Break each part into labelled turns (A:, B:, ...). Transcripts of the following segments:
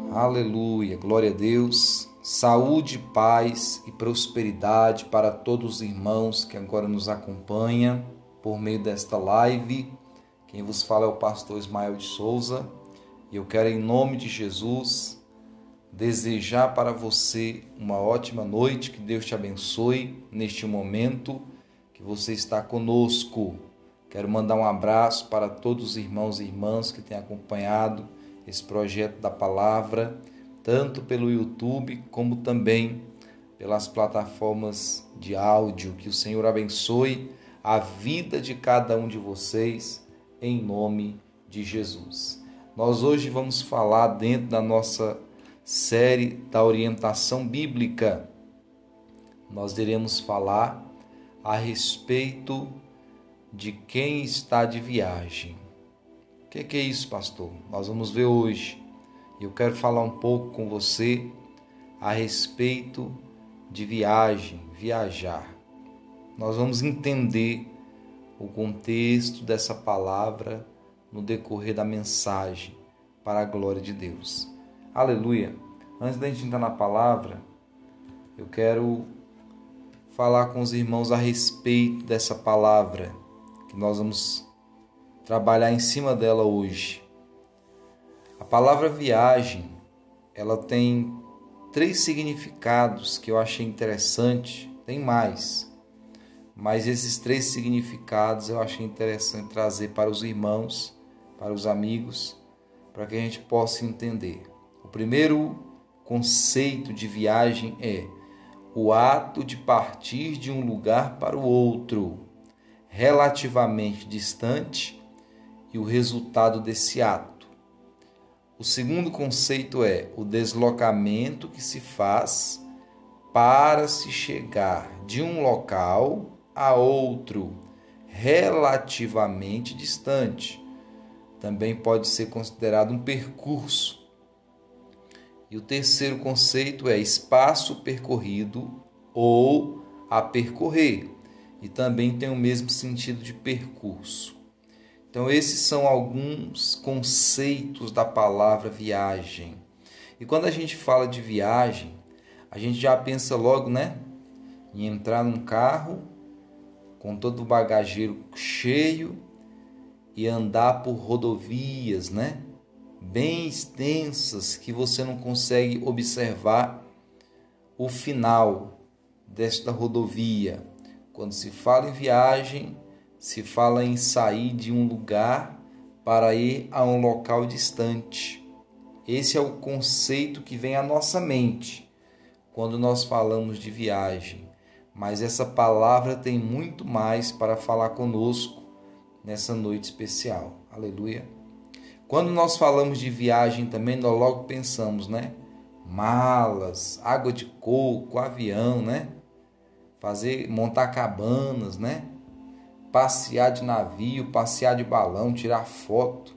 A: Aleluia, glória a Deus, saúde, paz e prosperidade para todos os irmãos que agora nos acompanham por meio desta live. Quem vos fala é o pastor Ismael de Souza e eu quero, em nome de Jesus, desejar para você uma ótima noite, que Deus te abençoe neste momento que você está conosco. Quero mandar um abraço para todos os irmãos e irmãs que têm acompanhado esse projeto da palavra, tanto pelo YouTube como também pelas plataformas de áudio. Que o Senhor abençoe a vida de cada um de vocês, em nome de Jesus. Nós hoje vamos falar dentro da nossa série da orientação bíblica. Nós iremos falar a respeito de quem está de viagem. O que é isso, pastor? Nós vamos ver hoje. Eu quero falar um pouco com você a respeito de viagem, viajar. Nós vamos entender o contexto dessa palavra no decorrer da mensagem, para a glória de Deus. Aleluia! Antes da gente entrar na palavra, eu quero falar com os irmãos a respeito dessa palavra, que nós vamos trabalhar em cima dela hoje. A palavra viagem, ela tem 3 significados que eu achei interessante. Tem mais, mas esses 3 significados eu achei interessante trazer para os irmãos, para os amigos, para que a gente possa entender. O primeiro conceito de viagem é o ato de partir de um lugar para o outro, relativamente distante, e o resultado desse ato. O segundo conceito é o deslocamento que se faz para se chegar de um local a outro, relativamente distante. Também pode ser considerado um percurso. E o terceiro conceito é espaço percorrido ou a percorrer, e também tem o mesmo sentido de percurso. Então, esses são alguns conceitos da palavra viagem. E quando a gente fala de viagem, a gente já pensa logo, em entrar num carro com todo o bagageiro cheio e andar por rodovias, bem extensas, que você não consegue observar o final desta rodovia. Quando se fala em viagem, se fala em sair de um lugar para ir a um local distante. Esse é o conceito que vem à nossa mente quando nós falamos de viagem. Mas essa palavra tem muito mais para falar conosco nessa noite especial. Aleluia. Quando nós falamos de viagem também, nós logo pensamos, malas, água de coco, avião, montar cabanas, passear de navio, passear de balão, tirar foto,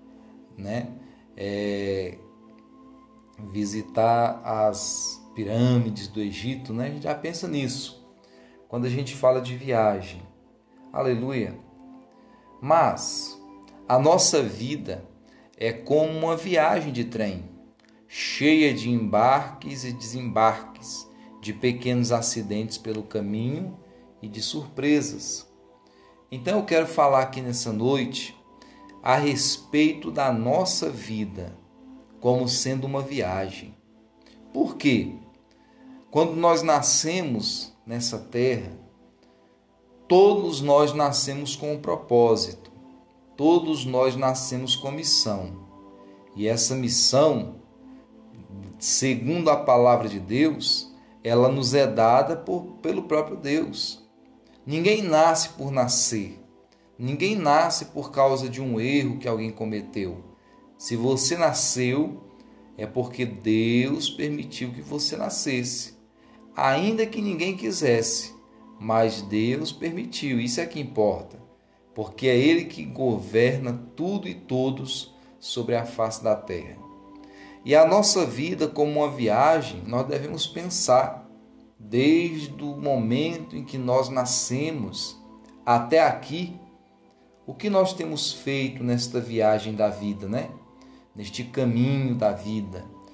A: visitar as pirâmides do Egito, A gente já pensa nisso quando a gente fala de viagem. Aleluia! Mas a nossa vida é como uma viagem de trem, cheia de embarques e desembarques, de pequenos acidentes pelo caminho e de surpresas. Então eu quero falar aqui nessa noite a respeito da nossa vida como sendo uma viagem. Por quê? Quando nós nascemos nessa terra, todos nós nascemos com um propósito, todos nós nascemos com missão. E essa missão, segundo a palavra de Deus, ela nos é dada pelo próprio Deus. Ninguém nasce por nascer. Ninguém nasce por causa de um erro que alguém cometeu. Se você nasceu, é porque Deus permitiu que você nascesse. Ainda que ninguém quisesse, mas Deus permitiu. Isso é que importa. Porque é Ele que governa tudo e todos sobre a face da terra. E a nossa vida como uma viagem, nós devemos pensar desde o momento em que nós nascemos até aqui, o que nós temos feito nesta viagem da vida, neste caminho da vida.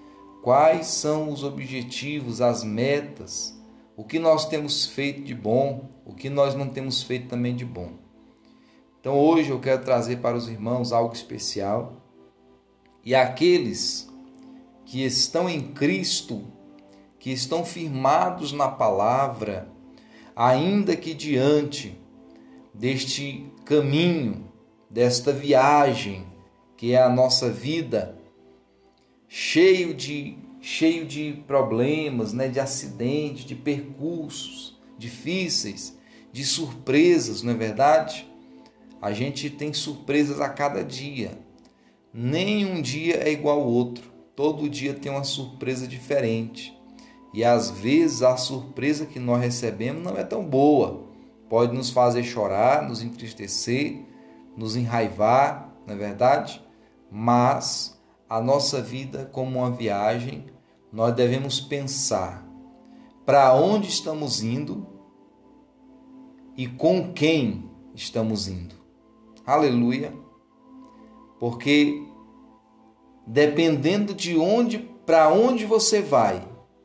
A: quais são os objetivos, as metas, o que nós temos feito de bom, o que nós não temos feito também de bom. Então hoje eu quero trazer para os irmãos algo especial, e aqueles que estão em Cristo, que estão firmados na palavra, ainda que diante deste caminho, desta viagem que é a nossa vida, cheio de problemas, né, de acidentes, de percursos difíceis, de surpresas, não é verdade? A gente tem surpresas a cada dia. Nenhum dia é igual ao outro. Todo dia tem uma surpresa diferente. E às vezes a surpresa que nós recebemos não é tão boa. Pode nos fazer chorar, nos entristecer, nos enraivar, não é verdade? Mas a nossa vida, como uma viagem, nós devemos pensar para onde estamos indo e com quem estamos indo. Aleluia! Porque dependendo de para onde você vai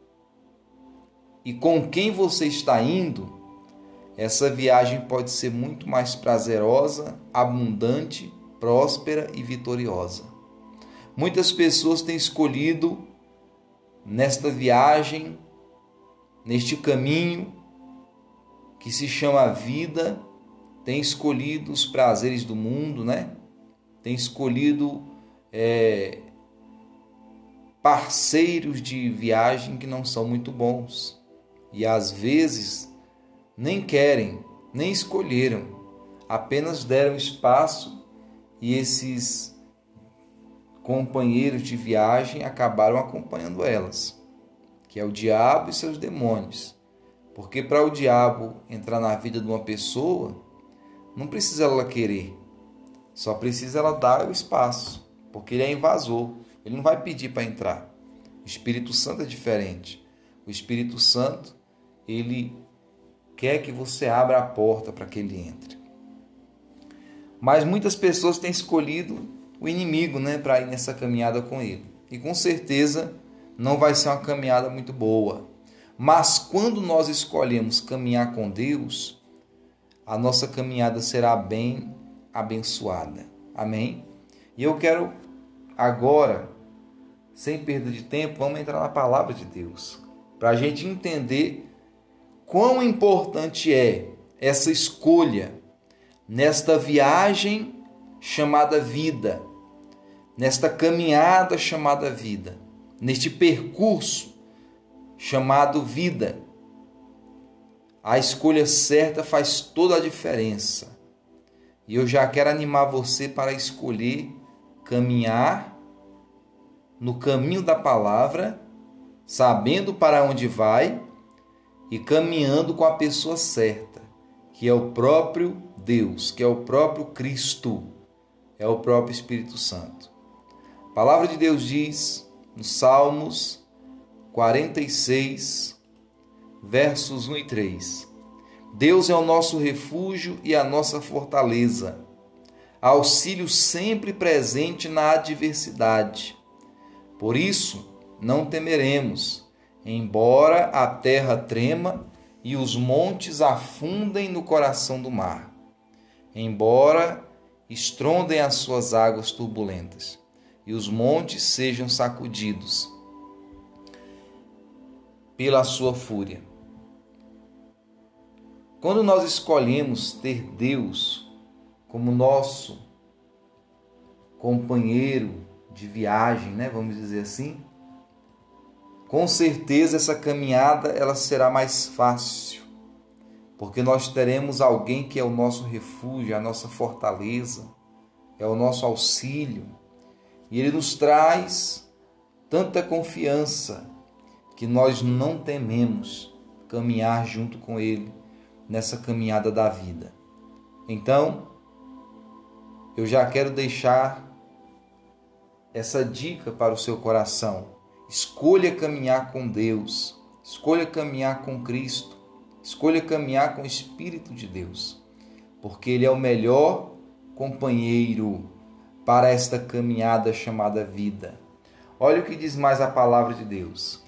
A: e com quem você está indo, essa viagem pode ser muito mais prazerosa, abundante, próspera e vitoriosa. Muitas pessoas têm escolhido nesta viagem, neste caminho que se chama vida, têm escolhido os prazeres do mundo, né? Têm escolhido parceiros de viagem que não são muito bons. E às vezes nem querem, nem escolheram, apenas deram espaço e esses companheiros de viagem acabaram acompanhando elas, que é o diabo e seus demônios. Porque para o diabo entrar na vida de uma pessoa, não precisa ela querer, só precisa ela dar o espaço, porque ele é invasor, ele não vai pedir para entrar. O Espírito Santo é diferente. O Espírito Santo, ele quer que você abra a porta para que ele entre. Mas muitas pessoas têm escolhido o inimigo, né, para ir nessa caminhada com ele. E com certeza não vai ser uma caminhada muito boa. Mas quando nós escolhemos caminhar com Deus, a nossa caminhada será bem abençoada. Amém? E eu quero agora, sem perda de tempo, vamos entrar na palavra de Deus, para a gente entender quão importante é essa escolha nesta viagem chamada vida, nesta caminhada chamada vida, neste percurso chamado vida. A escolha certa faz toda a diferença. E eu já quero animar você para escolher caminhar no caminho da palavra, sabendo para onde vai e caminhando com a pessoa certa, que é o próprio Deus, que é o próprio Cristo, é o próprio Espírito Santo. A palavra de Deus diz nos Salmos 46, versos 1 e 3. Deus é o nosso refúgio e a nossa fortaleza, auxílio sempre presente na adversidade. Por isso, não temeremos, embora a terra trema e os montes afundem no coração do mar, embora estrondem as suas águas turbulentas e os montes sejam sacudidos pela sua fúria. Quando nós escolhemos ter Deus como nosso companheiro de viagem, né, vamos dizer assim, com certeza essa caminhada ela será mais fácil, porque nós teremos alguém que é o nosso refúgio, a nossa fortaleza, é o nosso auxílio, e ele nos traz tanta confiança que nós não tememos caminhar junto com ele nessa caminhada da vida. Então, eu já quero deixar essa dica para o seu coração. Escolha caminhar com Deus, escolha caminhar com Cristo, escolha caminhar com o Espírito de Deus, porque Ele é o melhor companheiro para esta caminhada chamada vida. Olha o que diz mais a palavra de Deus.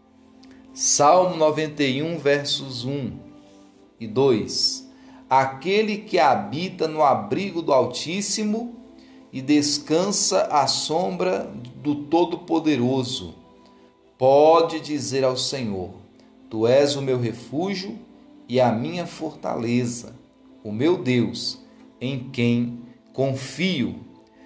A: Salmo 91, versos 1 e 2. Aquele que habita no abrigo do Altíssimo e descansa à sombra do Todo-Poderoso, pode dizer ao Senhor: Tu és o meu refúgio e a minha fortaleza, o meu Deus, em quem confio.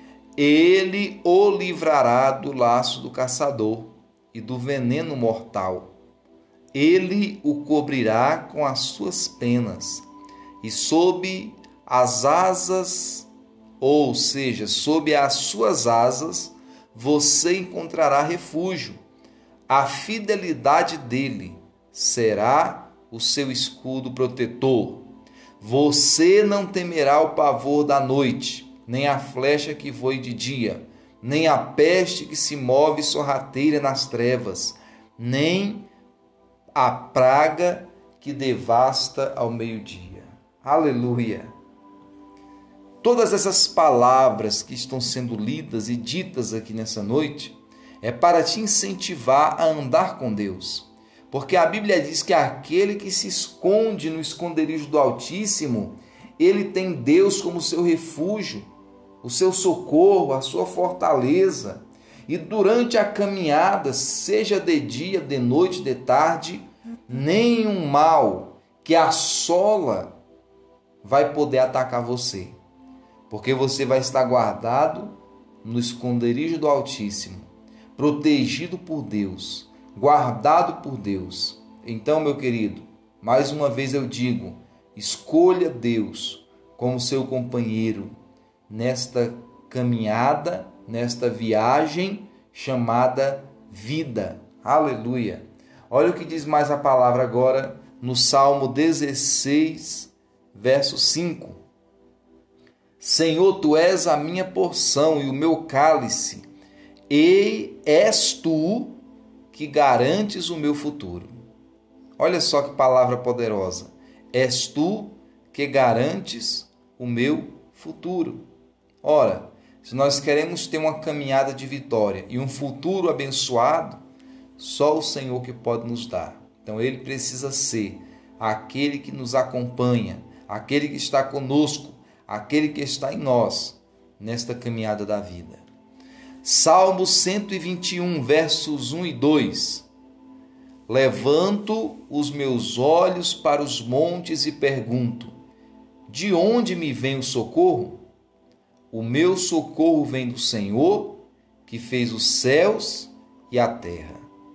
A: Ele o livrará do laço do caçador e do veneno mortal. Ele o cobrirá com as suas penas, e sob as asas, ou seja, sob as suas asas, você encontrará refúgio. A fidelidade dele será o seu escudo protetor. Você não temerá o pavor da noite, nem a flecha que voe de dia, nem a peste que se move sorrateira nas trevas, nem a praga que devasta ao meio-dia. Aleluia! Todas essas palavras que estão sendo lidas e ditas aqui nessa noite é para te incentivar a andar com Deus. Porque a Bíblia diz que aquele que se esconde no esconderijo do Altíssimo, ele tem Deus como seu refúgio, o seu socorro, a sua fortaleza. E durante a caminhada, seja de dia, de noite, de tarde, nenhum mal que assola vai poder atacar você. Porque você vai estar guardado no esconderijo do Altíssimo, protegido por Deus, guardado por Deus. Então, meu querido, mais uma vez eu digo, escolha Deus como seu companheiro nesta caminhada, nesta viagem chamada vida. Aleluia! Olha o que diz mais a palavra agora no Salmo 16, verso 5. Senhor, Tu és a minha porção e o meu cálice, e és Tu que garantes o meu futuro. Olha só que palavra poderosa. És Tu que garantes o meu futuro. Ora, se nós queremos ter uma caminhada de vitória e um futuro abençoado, só o Senhor que pode nos dar. Então Ele precisa ser aquele que nos acompanha, aquele que está conosco, aquele que está em nós, nesta caminhada da vida. Salmo 121, versos 1 e 2. Levanto os meus olhos para os montes e pergunto: de onde me vem o socorro? O meu socorro vem do Senhor, que fez os céus e a terra.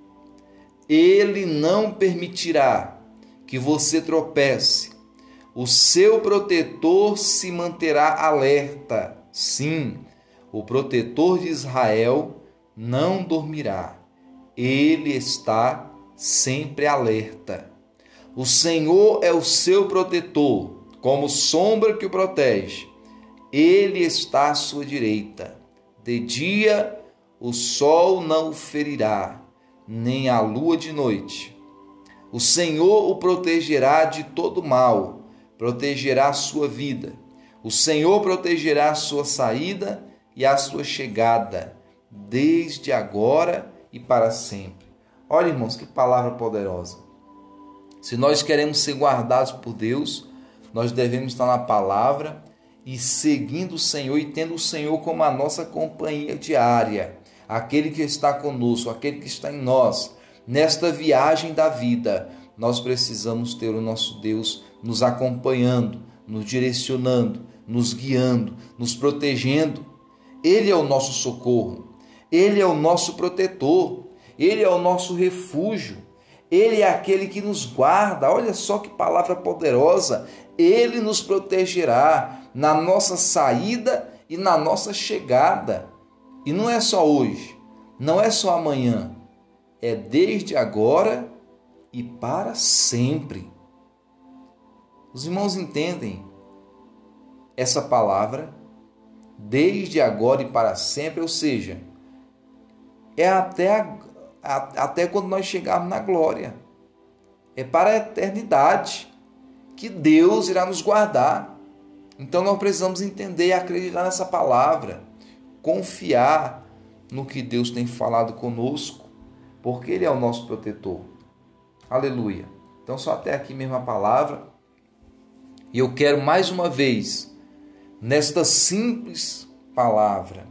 A: Ele não permitirá que você tropece. O seu protetor se manterá alerta. Sim, o protetor de Israel não dormirá. Ele está sempre alerta. O Senhor é o seu protetor, como sombra que o protege. Ele está à sua direita. De dia o sol não o ferirá, nem a lua de noite. O Senhor o protegerá de todo mal, protegerá a sua vida. O Senhor protegerá a sua saída e a sua chegada, desde agora e para sempre. Olha, irmãos, que palavra poderosa. Se nós queremos ser guardados por Deus, nós devemos estar na palavra e seguindo o Senhor e tendo o Senhor como a nossa companhia diária, aquele que está conosco, aquele que está em nós. Nesta viagem da vida, nós precisamos ter o nosso Deus nos acompanhando, nos direcionando, nos guiando, nos protegendo. Ele é o nosso socorro, Ele é o nosso protetor, Ele é o nosso refúgio, Ele é aquele que nos guarda. Olha só que palavra poderosa. Ele nos protegerá na nossa saída e na nossa chegada. E não é só hoje, não é só amanhã, é desde agora e para sempre. Os irmãos entendem essa palavra? Desde agora e para sempre, ou seja, é até quando nós chegarmos na glória. É para a eternidade que Deus irá nos guardar. Então nós precisamos entender e acreditar nessa palavra, confiar no que Deus tem falado conosco, porque Ele é o nosso protetor. Aleluia. Então, só até aqui mesmo a palavra. E eu quero mais uma vez, nesta simples palavra,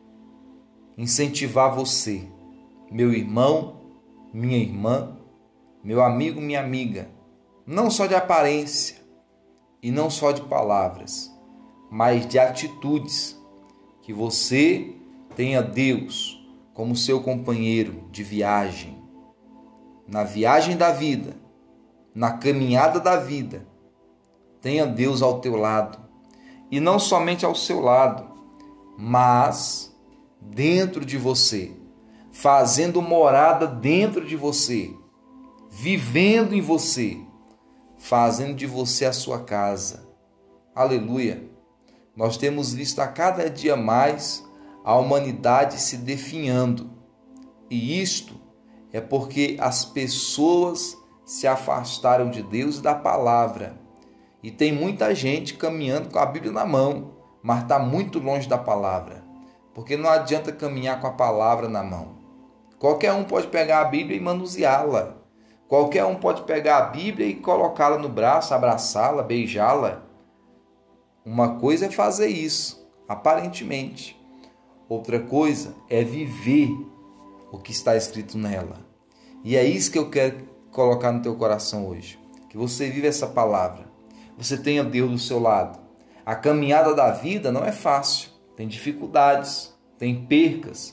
A: incentivar você, meu irmão, minha irmã, meu amigo, minha amiga, não só de aparência e não só de palavras, mas de atitudes, que você tenha Deus como seu companheiro de viagem, na viagem da vida, na caminhada da vida. Tenha Deus ao teu lado, e não somente ao seu lado, mas dentro de você, fazendo morada dentro de você, vivendo em você, fazendo de você a sua casa. Aleluia! Nós temos visto a cada dia mais a humanidade se definhando, e isto é porque as pessoas se afastaram de Deus e da palavra. E tem muita gente caminhando com a Bíblia na mão, mas está muito longe da palavra. Porque não adianta caminhar com a palavra na mão. Qualquer um pode pegar a Bíblia e manuseá-la. Qualquer um pode pegar a Bíblia e colocá-la no braço, abraçá-la, beijá-la. Uma coisa é fazer isso, aparentemente. Outra coisa é viver o que está escrito nela. E é isso que eu quero colocar no teu coração hoje. Que você viva essa palavra. Você tenha Deus do seu lado. A caminhada da vida não é fácil. Tem dificuldades, tem percas,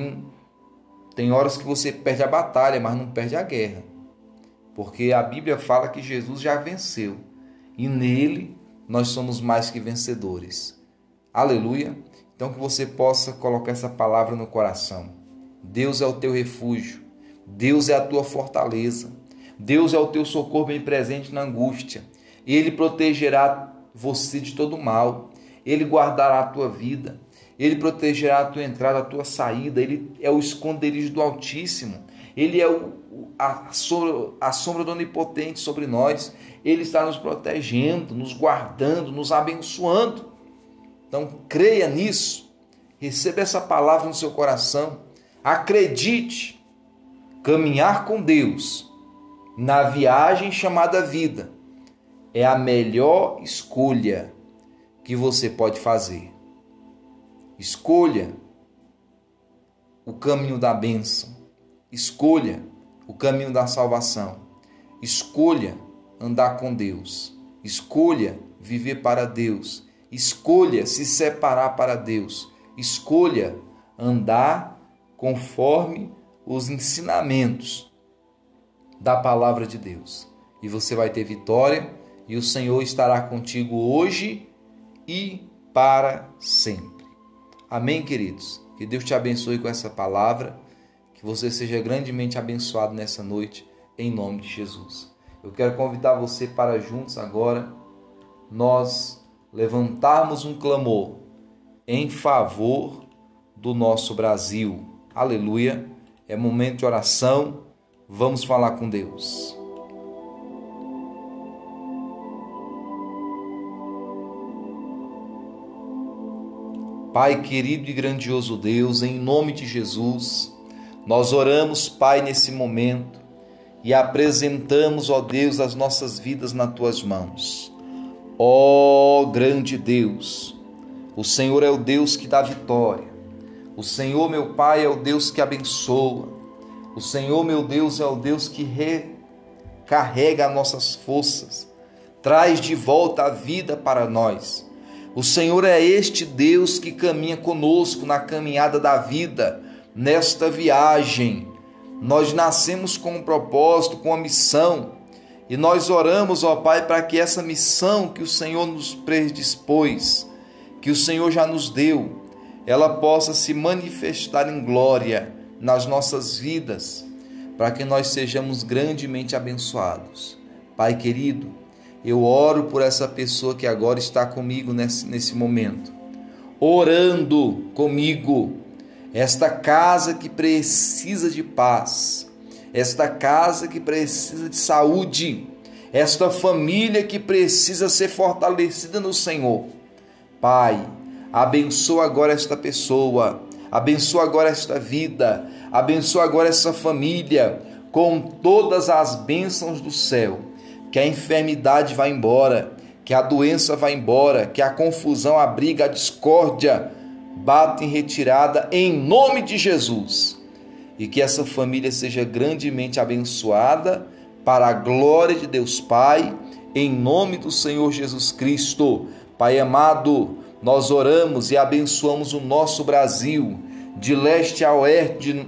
A: tem horas que você perde a batalha, mas não perde a guerra. Porque a Bíblia fala que Jesus já venceu. E nele nós somos mais que vencedores. Aleluia! Então que você possa colocar essa palavra no coração. Deus é o teu refúgio. Deus é a tua fortaleza. Deus é o teu socorro bem presente na angústia. Ele protegerá você de todo mal. Ele guardará a tua vida. Ele protegerá a tua entrada, a tua saída. Ele é o esconderijo do Altíssimo. Ele é a sombra do Onipotente sobre nós. Ele está nos protegendo, nos guardando, nos abençoando. Então, creia nisso. Receba essa palavra no seu coração. Acredite. Caminhar com Deus na viagem chamada vida é a melhor escolha que você pode fazer. Escolha o caminho da bênção. Escolha o caminho da salvação. Escolha andar com Deus. Escolha viver para Deus. Escolha se separar para Deus. Escolha andar conforme os ensinamentos da palavra de Deus. E você vai ter vitória, e o Senhor estará contigo hoje e para sempre. Amém, queridos? Que Deus te abençoe com essa palavra, que você seja grandemente abençoado nessa noite, em nome de Jesus. Eu quero convidar você para juntos agora nós levantarmos um clamor em favor do nosso Brasil. Aleluia! É momento de oração. Vamos falar com Deus. Pai querido e grandioso Deus, em nome de Jesus, nós oramos, Pai, nesse momento e apresentamos, ó Deus, as nossas vidas nas Tuas mãos. Ó grande Deus, o Senhor é o Deus que dá vitória. O Senhor, meu Pai, é o Deus que abençoa. O Senhor, meu Deus, é o Deus que recarrega as nossas forças, traz de volta a vida para nós. O Senhor é este Deus que caminha conosco na caminhada da vida, nesta viagem. Nós nascemos com um propósito, com uma missão, e nós oramos, ó Pai, para que essa missão que o Senhor nos predispôs, que o Senhor já nos deu, ela possa se manifestar em glória nas nossas vidas, para que nós sejamos grandemente abençoados. Pai querido, eu oro por essa pessoa que agora está comigo nesse momento, orando comigo, esta casa que precisa de paz, esta casa que precisa de saúde, esta família que precisa ser fortalecida no Senhor. Pai, abençoa agora esta pessoa, Abençoa agora esta vida, abençoa agora essa família com todas as bênçãos do céu. Que a enfermidade vá embora, que a doença vá embora, que a confusão, a briga, a discórdia bata em retirada em nome de Jesus. E que essa família seja grandemente abençoada para a glória de Deus Pai, em nome do Senhor Jesus Cristo. Pai amado, nós oramos e abençoamos o nosso Brasil, de leste a oeste,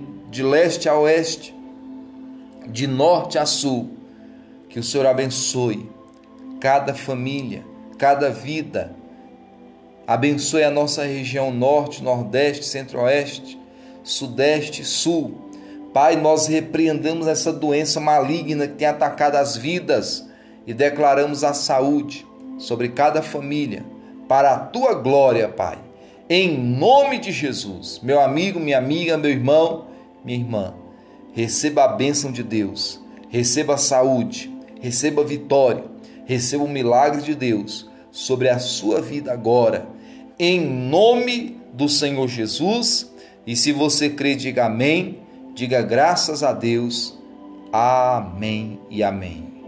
A: de norte a sul. Que o Senhor abençoe cada família, cada vida. Abençoe a nossa região norte, nordeste, centro-oeste, sudeste e sul. Pai, nós repreendemos essa doença maligna que tem atacado as vidas e declaramos a saúde sobre cada família, para a tua glória, Pai. Em nome de Jesus, meu amigo, minha amiga, meu irmão, minha irmã, receba a bênção de Deus, receba a saúde, receba a vitória, receba o milagre de Deus sobre a sua vida agora, em nome do Senhor Jesus. E se você crê, diga amém, diga graças a Deus, amém e amém.